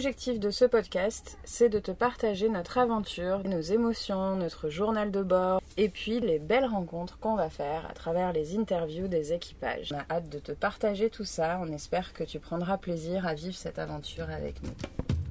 L'objectif de ce podcast, c'est de te partager notre aventure, nos émotions, notre journal de bord et puis les belles rencontres qu'on va faire à travers les interviews des équipages. On a hâte de te partager tout ça, on espère que tu prendras plaisir à vivre cette aventure avec nous.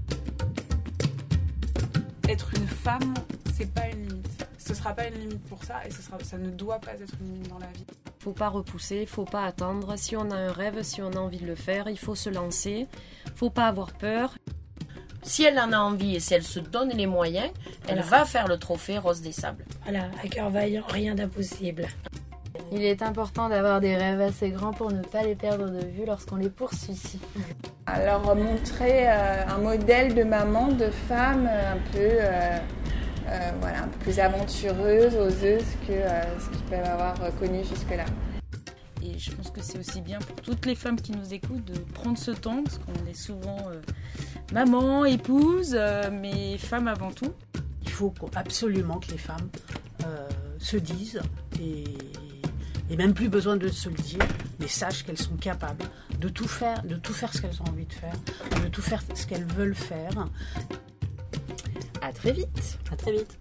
Être une femme, c'est pas une limite. Ce sera pas une limite pour ça et ça ne doit pas être une limite dans la vie. Faut pas repousser, faut pas attendre. Si on a un rêve, si on a envie de le faire, il faut se lancer. Faut pas avoir peur. Si elle en a envie et si elle se donne les moyens, elle va faire le trophée Rose des Sables. Voilà, à cœur vaillant, rien d'impossible. Il est important d'avoir des rêves assez grands pour ne pas les perdre de vue lorsqu'on les poursuit. Alors montrer un modèle de maman, de femme un peu plus aventureuse, oseuse que ce qu'ils peuvent avoir connu jusque-là. Et je pense que c'est aussi bien pour toutes les femmes qui nous écoutent de prendre ce temps, parce qu'on est souvent maman, épouse, mais femme avant tout. Il faut absolument que les femmes se disent, et même plus besoin de se le dire, mais sachent qu'elles sont capables de tout faire ce qu'elles ont envie de faire, de tout faire ce qu'elles veulent faire. À très vite. À très vite.